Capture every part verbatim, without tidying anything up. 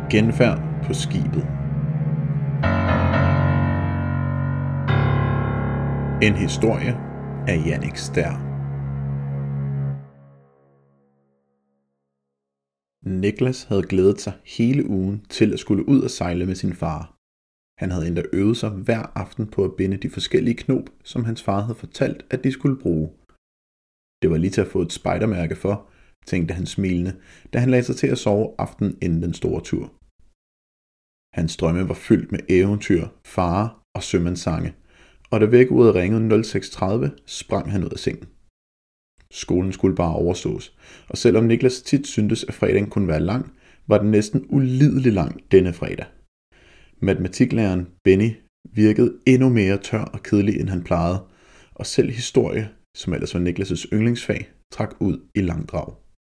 Genfærd på skibet. En historie af Jannik Stær. Niklas havde glædet sig hele ugen til at skulle ud og sejle med sin far. Han havde endda øvet sig hver aften på at binde de forskellige knop, som hans far havde fortalt, at de skulle bruge. Det var lige til at få et spejdermærke for, tænkte han smilende, da han lagde sig til at sove aftenen inden den store tur. Hans drømme var fyldt med eventyr, farer og sømandssange, og da vækkeuret ringede nul seks tredive, sprang han ud af sengen. Skolen skulle bare overstås, og selvom Niklas tit syntes, at fredagen kunne være lang, var den næsten ulidelig lang denne fredag. Matematiklæreren Benny virkede endnu mere tør og kedelig, end han plejede, og selv historie, som ellers var Niklas' yndlingsfag, trak ud i langdrag.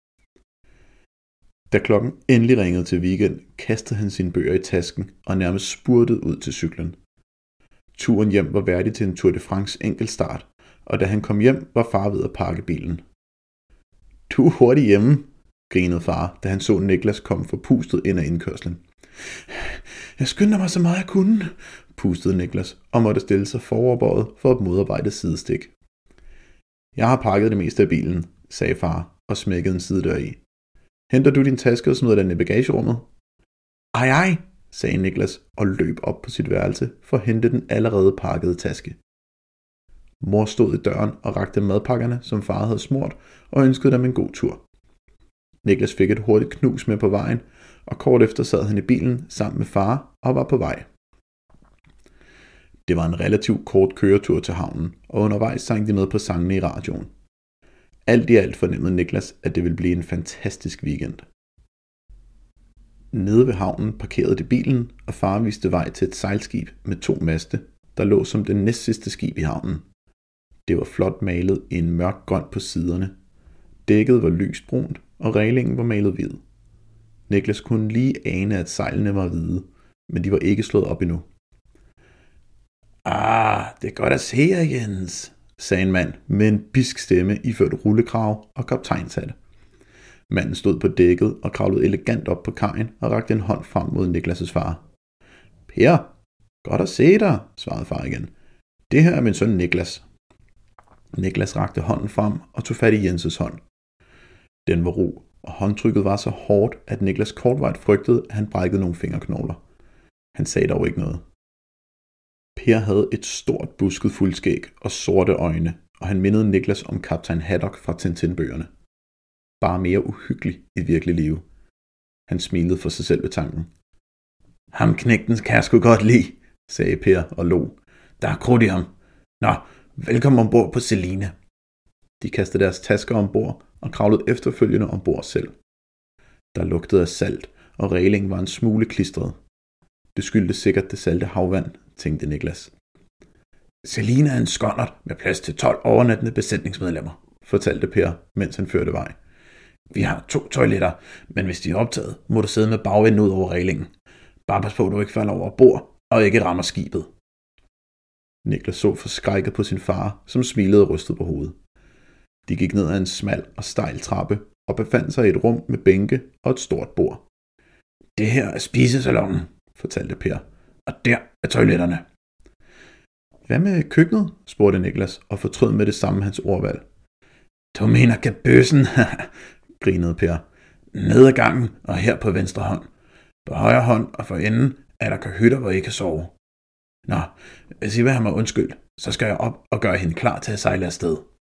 Da klokken endelig ringede til weekend, kastede han sine bøger i tasken og nærmest spurtede ud til cyklen. Turen hjem var værdig til en Tour de France enkeltstart, og da han kom hjem, var far ved at pakke bilen. Du er hurtigt hjemme, grinede far, da han så Niklas komme forpustet ind ad indkørslen. Jeg skyndte mig så meget jeg kunne, pustede Niklas og måtte stille sig foroverbøjet for at modarbejde sidestik. Jeg har pakket det meste af bilen, sagde far og smækkede en sidedør i. Henter du din taske og smider den i bagagerummet? Ej ej, sagde Niklas og løb op på sit værelse for at hente den allerede pakkede taske. Mor stod i døren og rakte madpakkerne, som far havde smurt, og ønskede dem en god tur. Niklas fik et hurtigt knus med på vejen, og kort efter sad han i bilen sammen med far og var på vej. Det var en relativt kort køretur til havnen, og undervejs sang de med på sangene i radioen. Alt i alt fornemmede Niklas, at det ville blive en fantastisk weekend. Nede ved havnen parkerede de bilen, og far viste vej til et sejlskib med to maste, der lå som det næstsidste skib i havnen. Det var flot malet i en mørk grøn på siderne. Dækket var lyst brunt, og reglingen var malet hvid. Niklas kunne lige ane, at sejlene var hvide, men de var ikke slået op endnu. Ah, det er godt at se jer, Jens, sagde en mand med en bisk stemme iført rullekrav og kaptajnshat. Manden stod på dækket og kravlede elegant op på kajen og rakte en hånd frem mod Niklas' far. Per, godt at se dig, svarede far igen. Det her er min søn Niklas. Niklas rakte hånden frem og tog fat i Jens' hånd. Den var ro, og håndtrykket var så hårdt, at Niklas kortvarigt frygtede, at han brækkede nogle fingerknogler. Han sagde dog ikke noget. Per havde et stort busket fuldskæg og sorte øjne, og han mindede Niklas om kaptajn Haddock fra Tintin-bøgerne. Bare mere uhyggelig i virkelig liv. Han smilede for sig selv ved tanken. Ham knægten kan jeg sgu godt lide, sagde Per og lo. Der er krudt i ham. Nå, velkommen ombord på Selina. De kastede deres tasker ombord og kravlede efterfølgende ombord selv. Der lugtede af salt, og reglingen var en smule klistret. Det skyldtes sikkert det salte havvand, tænkte Niklas. Selina er en skonnert med plads til tolv overnattende besætningsmedlemmer, fortalte Per, mens han førte vej. Vi har to toiletter, men hvis de er optaget, må du sidde med bagenden ud over reglingen. Bare pas på, at du ikke falder over bord og ikke rammer skibet. Niklas så forskrækket på sin far, som smilede og rystede på hovedet. De gik ned ad en smal og stejl trappe og befandt sig i et rum med bænke og et stort bord. Det her er spisesalonen, fortalte Per, og der er toiletterne. Hvad med køkkenet? Spurgte Niklas og fortrød med det samme hans ordvalg. Du mener kabøssen, grinede Per. Ned ad gangen og her på venstre hånd. På højre hånd og for enden er der kahytter, hvor I kan sove. Nå, hvis I vil have mig undskyld, så skal jeg op og gøre hende klar til at sejle afsted.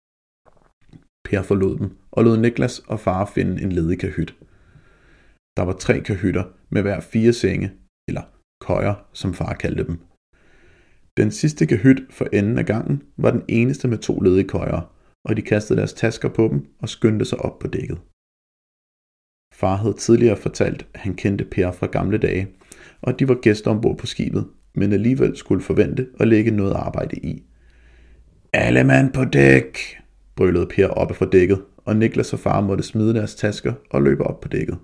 Per forlod dem og lod Niklas og far finde en ledig kahyt. Der var tre kahytter med hver fire senge, eller køjer, som far kaldte dem. Den sidste kahyt for enden af gangen var den eneste med to ledige køjer, og de kastede deres tasker på dem og skyndte sig op på dækket. Far havde tidligere fortalt, at han kendte Per fra gamle dage, og at de var gæster ombord på skibet, men alligevel skulle forvente at lægge noget arbejde i. Alle mand på dæk, brølede Per oppe fra dækket, og Niklas og far måtte smide deres tasker og løbe op på dækket.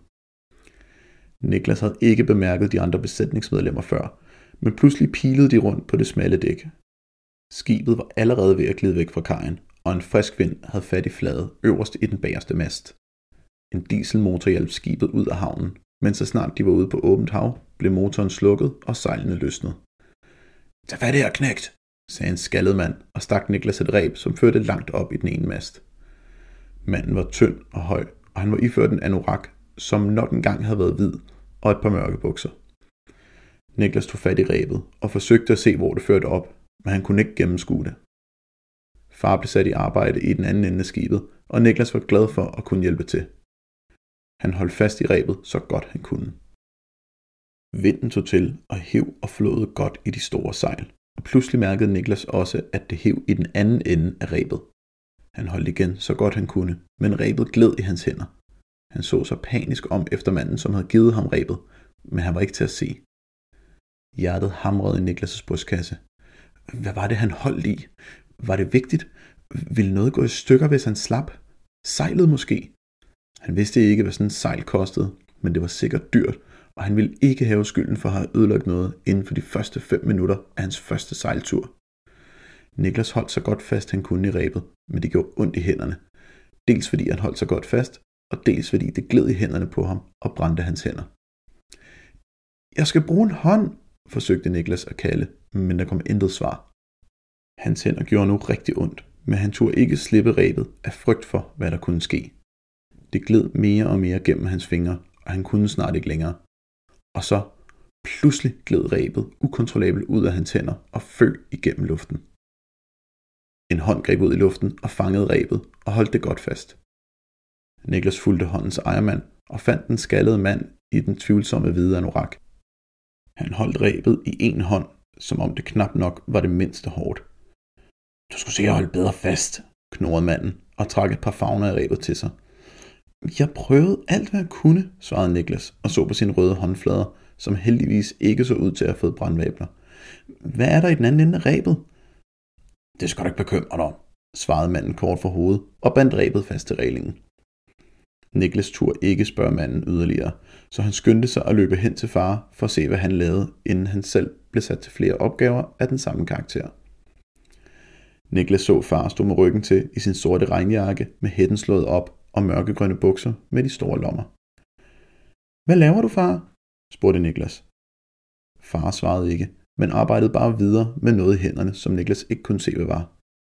Niklas havde ikke bemærket de andre besætningsmedlemmer før, men pludselig pilede de rundt på det smalle dæk. Skibet var allerede ved at glide væk fra kajen, og en frisk vind havde fat i flaget øverst i den bagerste mast. En dieselmotor hjalp skibet ud af havnen, men så snart de var ude på åbent hav, blev motoren slukket og sejlene løsnede. Tag fat her, knægt, sagde en skaldet mand og stak Niklas et reb, som førte langt op i den ene mast. Manden var tynd og høj, og han var iført en anorak, som nok engang havde været hvid, og et par mørke bukser. Niklas tog fat i rebet og forsøgte at se, hvor det førte op, men han kunne ikke gennemskue det. Far blev sat i arbejde i den anden ende af skibet, og Niklas var glad for at kunne hjælpe til. Han holdt fast i rebet så godt han kunne. Vinden tog til og hev og flåede godt i de store sejl, og pludselig mærkede Niklas også, at det hev i den anden ende af rebet. Han holdt igen så godt han kunne, men rebet gled i hans hænder. Han så sig panisk om efter manden, som havde givet ham rebet, men han var ikke til at se. Hjertet hamrede i Niklas' brystkasse. Hvad var det, han holdt i? Var det vigtigt? Ville noget gå i stykker, hvis han slap? Sejlet måske? Han vidste ikke, hvad sådan en sejl kostede, men det var sikkert dyrt, og han ville ikke have skylden for at have ødelagt noget inden for de første fem minutter af hans første sejltur. Niklas holdt så godt fast, han kunne i rebet, men det gjorde ondt i hænderne. Dels fordi han holdt så godt fast, og dels fordi det gled i hænderne på ham og brændte hans hænder. Jeg skal bruge en hånd, forsøgte Niklas at kalde, men der kom intet svar. Hans hænder gjorde nu rigtig ondt, men han turde ikke slippe rebet af frygt for, hvad der kunne ske. Det gled mere og mere gennem hans fingre, og han kunne snart ikke længere. Og så pludselig gled rebet ukontrollabelt ud af hans hænder og føg igennem luften. En hånd greb ud i luften og fangede rebet og holdt det godt fast. Niklas fulgte håndens ejermand og fandt den skaldede mand i den tvivlsomme hvide anorak. Han holdt rebet i en hånd, som om det knap nok var det mindste hårdt. Du skulle se at holde bedre fast, knurrede manden og trak et par favner af rebet til sig. Jeg prøvede alt, hvad jeg kunne, svarede Niklas og så på sine røde håndflader, som heldigvis ikke så ud til at have fået brandvabler. Hvad er der i den anden ende af rebet? Det skal du ikke bekymre dig om, svarede manden kort for hovedet og bandt rebet fast til reglingen. Niklas turde ikke spørge manden yderligere, så han skyndte sig at løbe hen til far for at se, hvad han lavede, inden han selv blev sat til flere opgaver af den samme karakter. Niklas så far stå med ryggen til i sin sorte regnjakke med hætten slået op og mørkegrønne bukser med de store lommer. Hvad laver du, far? Spurgte Niklas. Far svarede ikke, men arbejdede bare videre med noget i hænderne, som Niklas ikke kunne se, hvad var.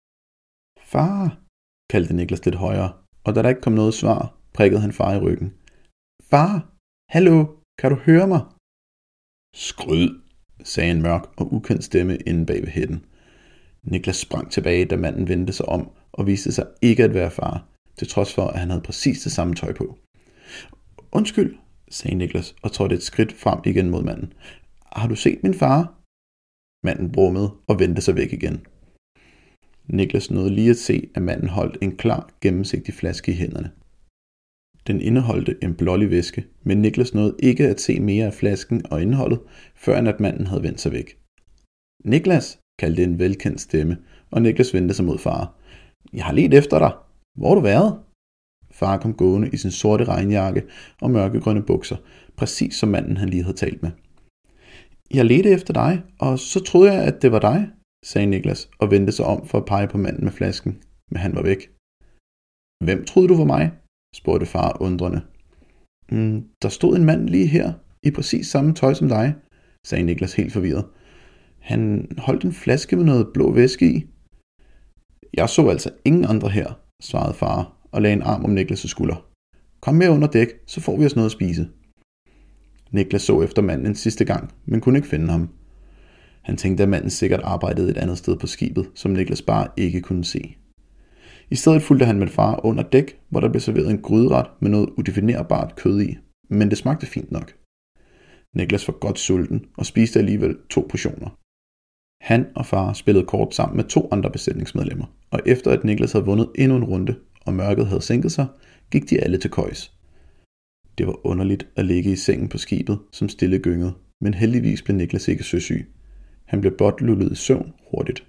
Far, kaldte Niklas lidt højere, og da der ikke kom noget svar, prikkede han far i ryggen. Far, hallo, kan du høre mig? Skryd, sagde en mørk og ukendt stemme inde bag ved hætten. Niklas sprang tilbage, da manden vendte sig om og viste sig ikke at være far, til trods for, at han havde præcis det samme tøj på. Undskyld, sagde Niklas og trådte et skridt frem igen mod manden. Har du set min far? Manden brummede og vendte sig væk igen. Niklas nåede lige at se, at manden holdt en klar, gennemsigtig flaske i hænderne. Den indeholdte en blålig væske, men Niklas nåede ikke at se mere af flasken og indholdet, før at manden havde vendt sig væk. Niklas, kaldte en velkendt stemme, og Niklas vendte sig mod far. Jeg har let efter dig. Hvor har du været? Far kom gående i sin sorte regnjakke og mørkegrønne bukser, præcis som manden han lige havde talt med. Jeg ledte efter dig, og så troede jeg, at det var dig, sagde Niklas og vendte sig om for at pege på manden med flasken, men han var væk. Hvem troede du var mig? Spurgte far undrende. Mm, der stod en mand lige her, i præcis samme tøj som dig, sagde Niklas helt forvirret. Han holdt en flaske med noget blå væske i. Jeg så altså ingen andre her, svarede far og lagde en arm om Niklas' skulder. Kom med under dæk, så får vi os noget at spise. Niklas så efter manden en sidste gang, men kunne ikke finde ham. Han tænkte, at manden sikkert arbejdede et andet sted på skibet, som Niklas bare ikke kunne se. I stedet fulgte han med far under dæk, hvor der blev serveret en gryderet med noget udefinerbart kød i, men det smagte fint nok. Niklas var godt sulten og spiste alligevel to portioner. Han og far spillede kort sammen med to andre besætningsmedlemmer, og efter at Niklas havde vundet endnu en runde, og mørket havde sænket sig, gik de alle til køjs. Det var underligt at ligge i sengen på skibet, som stille gyngede, men heldigvis blev Niklas ikke søsyg. Han blev blot lullet i søvn hurtigt.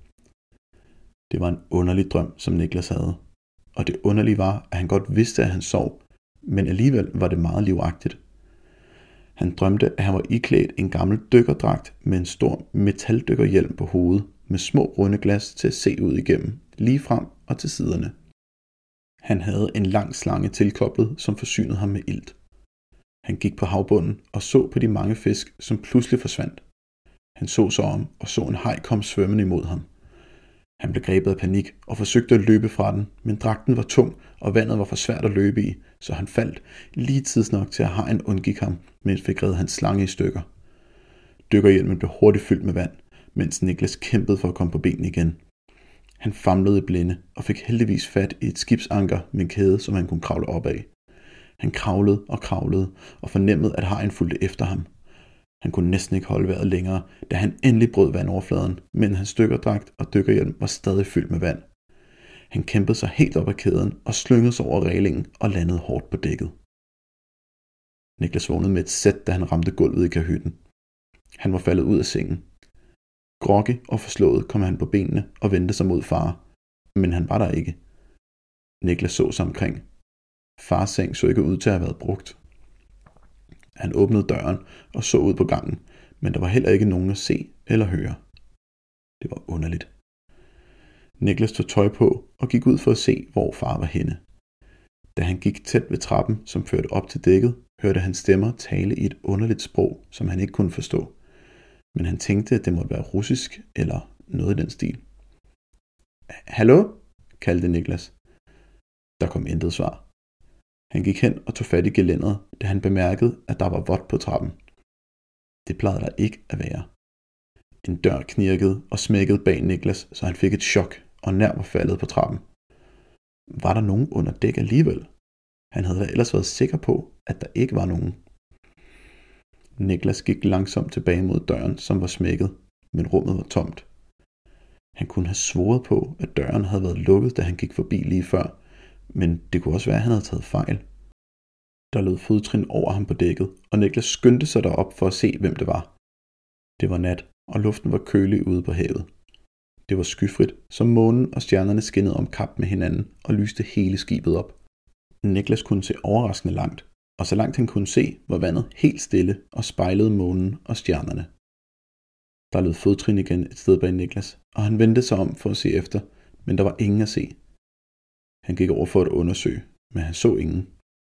Det var en underlig drøm, som Niklas havde, og det underlige var, at han godt vidste, at han sov, men alligevel var det meget livagtigt. Han drømte, at han var iklædt en gammel dykkerdragt med en stor metaldykkerhjelm på hovedet, med små runde glas til at se ud igennem, lige frem og til siderne. Han havde en lang slange tilkoblet, som forsynede ham med ilt. Han gik på havbunden og så på de mange fisk, som pludselig forsvandt. Han så sig om og så en haj komme svømmende imod ham. Han blev grebet af panik og forsøgte at løbe fra den, men dragten var tung, og vandet var for svært at løbe i, så han faldt lige tids nok til at hajen undgik ham, mens fik reddet hans slange i stykker. Dykkerhjelmen blev hurtigt fyldt med vand, mens Niklas kæmpede for at komme på benene igen. Han famlede i blinde og fik heldigvis fat i et skibsanker med en kæde, som han kunne kravle op af. Han kravlede og kravlede og fornemmede, at hajen fulgte efter ham. Han kunne næsten ikke holde vejret længere, da han endelig brød vandoverfladen, men hans dykkerdragt og dykkerhjelm var stadig fyldt med vand. Han kæmpede sig helt op ad kæden og slyngede sig over reglingen og landede hårdt på dækket. Niklas vågnede med et sæt, da han ramte gulvet i kahytten. Han var faldet ud af sengen. Groggy og forslået kom han på benene og vendte sig mod far, men han var der ikke. Niklas så sig omkring. Fars seng så ikke ud til at have været brugt. Han åbnede døren og så ud på gangen, men der var heller ikke nogen at se eller høre. Det var underligt. Niklas tog tøj på og gik ud for at se, hvor far var henne. Da han gik tæt ved trappen, som førte op til dækket, hørte han stemmer tale i et underligt sprog, som han ikke kunne forstå. Men han tænkte, at det måtte være russisk eller noget i den stil. Hallo? Kaldte Niklas. Der kom intet svar. Han gik hen og tog fat i gelænderet, da han bemærkede, at der var vådt på trappen. Det plejede der ikke at være. En dør knirkede og smækkede bag Niklas, så han fik et chok og nær var faldet på trappen. Var der nogen under dæk alligevel? Han havde da ellers været sikker på, at der ikke var nogen. Niklas gik langsomt tilbage mod døren, som var smækket, men rummet var tomt. Han kunne have svoret på, at døren havde været lukket, da han gik forbi lige før, men det kunne også være, at han havde taget fejl. Der lød fodtrin over ham på dækket, og Niklas skyndte sig derop for at se, hvem det var. Det var nat, og luften var kølig ude på havet. Det var skyfrit, så månen og stjernerne skinnede om kap med hinanden og lyste hele skibet op. Niklas kunne se overraskende langt, og så langt han kunne se, var vandet helt stille og spejlede månen og stjernerne. Der lød fodtrin igen et sted bag Niklas, og han vendte sig om for at se efter, men der var ingen at se. Han gik over for at undersøge, men han så ingen.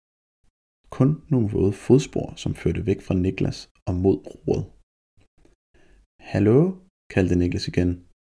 Kun nogle våde fodspor, som førte væk fra Niklas og mod roret. Hallo? Kaldte Niklas igen.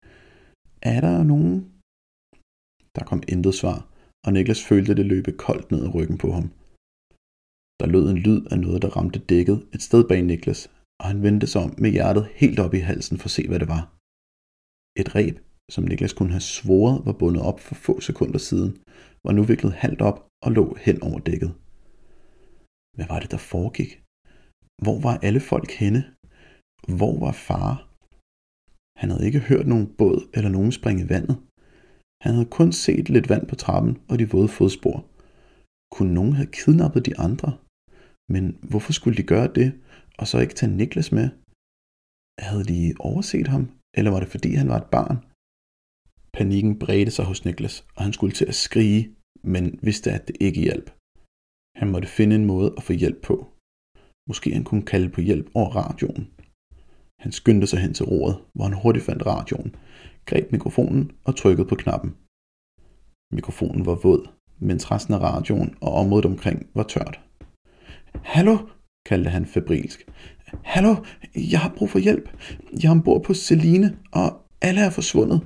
Er der nogen? Der kom intet svar, og Niklas følte det løbe koldt ned ad ryggen på ham. Der lød en lyd af noget, der ramte dækket et sted bag Niklas, og han vendte sig om med hjertet helt op i halsen for at se, hvad det var. Et reb, som Niklas kunne have svoret var bundet op for få sekunder siden, var nu viklet halvt op og lå hen over dækket. Hvad var det, der foregik? Hvor var alle folk henne? Hvor var far? Han havde ikke hørt nogen båd eller nogen springe i vandet. Han havde kun set lidt vand på trappen og de våde fodspor. Kunne nogen have kidnappet de andre? Men hvorfor skulle de gøre det, og så ikke tage Niklas med? Havde de overset ham, eller var det fordi han var et barn? Panikken bredte sig hos Niklas, og han skulle til at skrige, men vidste, at det ikke hjalp. Han måtte finde en måde at få hjælp på. Måske han kunne kalde på hjælp over radioen. Han skyndte sig hen til roret, hvor han hurtigt fandt radioen, greb mikrofonen og trykkede på knappen. Mikrofonen var våd, mens resten af radioen og området omkring var tørt. Hallo, kaldte han febrilsk. Hallo, jeg har brug for hjælp. Jeg er ombord på Celine, og alle er forsvundet.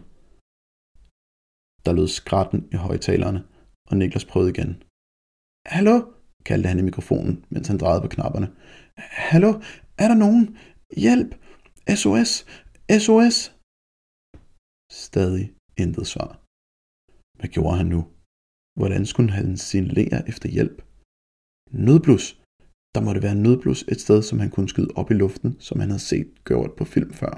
Der lød skratten i højtalerne, og Niklas prøvede igen. Hallo, kaldte han i mikrofonen, mens han drejede på knapperne. Hallo, er der nogen? Hjælp! S O S! S O S! Stadig intet svar. Hvad gjorde han nu? Hvordan skulle han signalere efter hjælp? Nødblus! Der måtte være nødblus et sted, som han kunne skyde op i luften, som han havde set gjort på film før.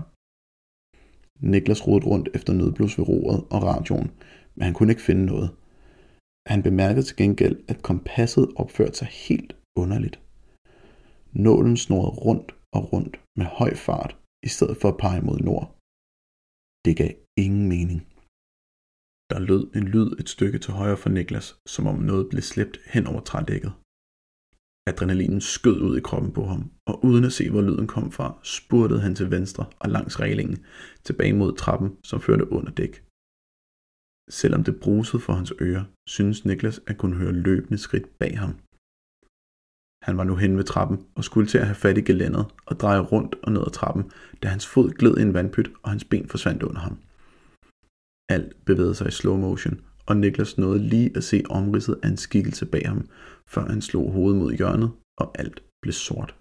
Niklas rodede rundt efter nødblus ved roret og radioen, men han kunne ikke finde noget. Han bemærkede til gengæld, at kompasset opførte sig helt underligt. Nålen snurrede rundt og rundt med høj fart, i stedet for at pege mod nord. Det gav ingen mening. Der lød en lyd et stykke til højre for Niklas, som om noget blev slæbt hen over trædækket. Adrenalinen skød ud i kroppen på ham, og uden at se, hvor lyden kom fra, spurtede han til venstre og langs reglingen, tilbage mod trappen, som førte under dæk. Selvom det brusede for hans ører, syntes Niklas at kunne høre løbende skridt bag ham. Han var nu henne ved trappen og skulle til at have fat i gelænderet og dreje rundt og ned ad trappen, da hans fod gled i en vandpyt, og hans ben forsvandt under ham. Alt bevægede sig i slow motion, og Niklas nåede lige at se omridset af en skikkelse bag ham, før han slog hovedet mod hjørnet, og alt blev sort.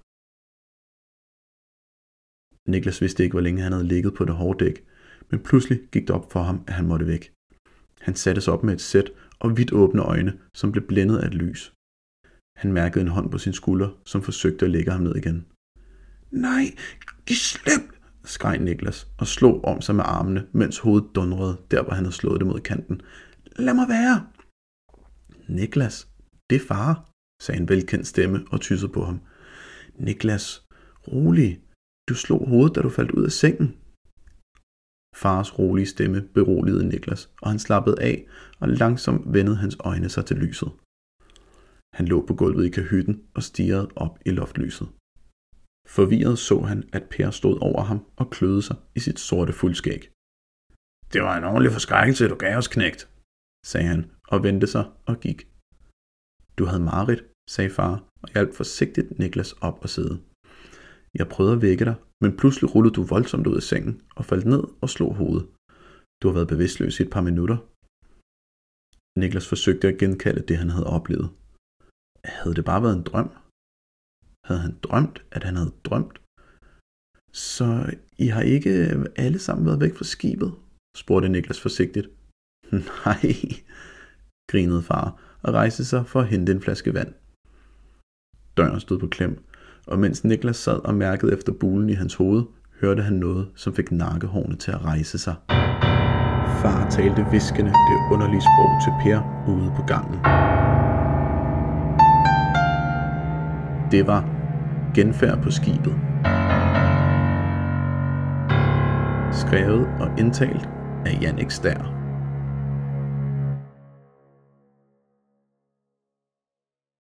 Niklas vidste ikke, hvor længe han havde ligget på det hårde dæk, men pludselig gik det op for ham, at han måtte væk. Han satte sig op med et sæt og vidt åbne øjne, som blev blændet af et lys. Han mærkede en hånd på sin skulder, som forsøgte at lægge ham ned igen. Nej, giv slip, skreg Niklas og slog om sig med armene, mens hovedet dundrede der, hvor han havde slået det mod kanten. Lad mig være! Niklas, det er far, sagde en velkendt stemme og tyssede på ham. Niklas, rolig. Du slog hovedet, da du faldt ud af sengen. Fars rolige stemme beroligede Niklas, og han slappede af, og langsomt vendede hans øjne sig til lyset. Han lå på gulvet i kahytten og stirrede op i loftlyset. Forvirret så han, at Per stod over ham og kløede sig i sit sorte fuldskæg. Det var en ordentlig forskrækkelse, du gav os, knægt, sagde han og vendte sig og gik. Du havde mareridt, sagde far og hjalp forsigtigt Niklas op og sidde. Jeg prøvede at vække dig, men pludselig rullede du voldsomt ud af sengen og faldt ned og slog hovedet. Du har været bevidstløs i et par minutter. Niklas forsøgte at genkalde det, han havde oplevet. Havde det bare været en drøm? Havde han drømt, at han havde drømt? Så I har ikke alle sammen været væk fra skibet? Spurgte Niklas forsigtigt. Nej, grinede far og rejste sig for at hente en flaske vand. Døren stod på klem, og mens Niklas sad og mærkede efter bulen i hans hoved, hørte han noget, som fik nakkehårene til at rejse sig. Far talte hviskende det underlige sprog til Per ude på gangen. Det var Genfærd på skibet. Skrevet og indtalt af Jannik Stær.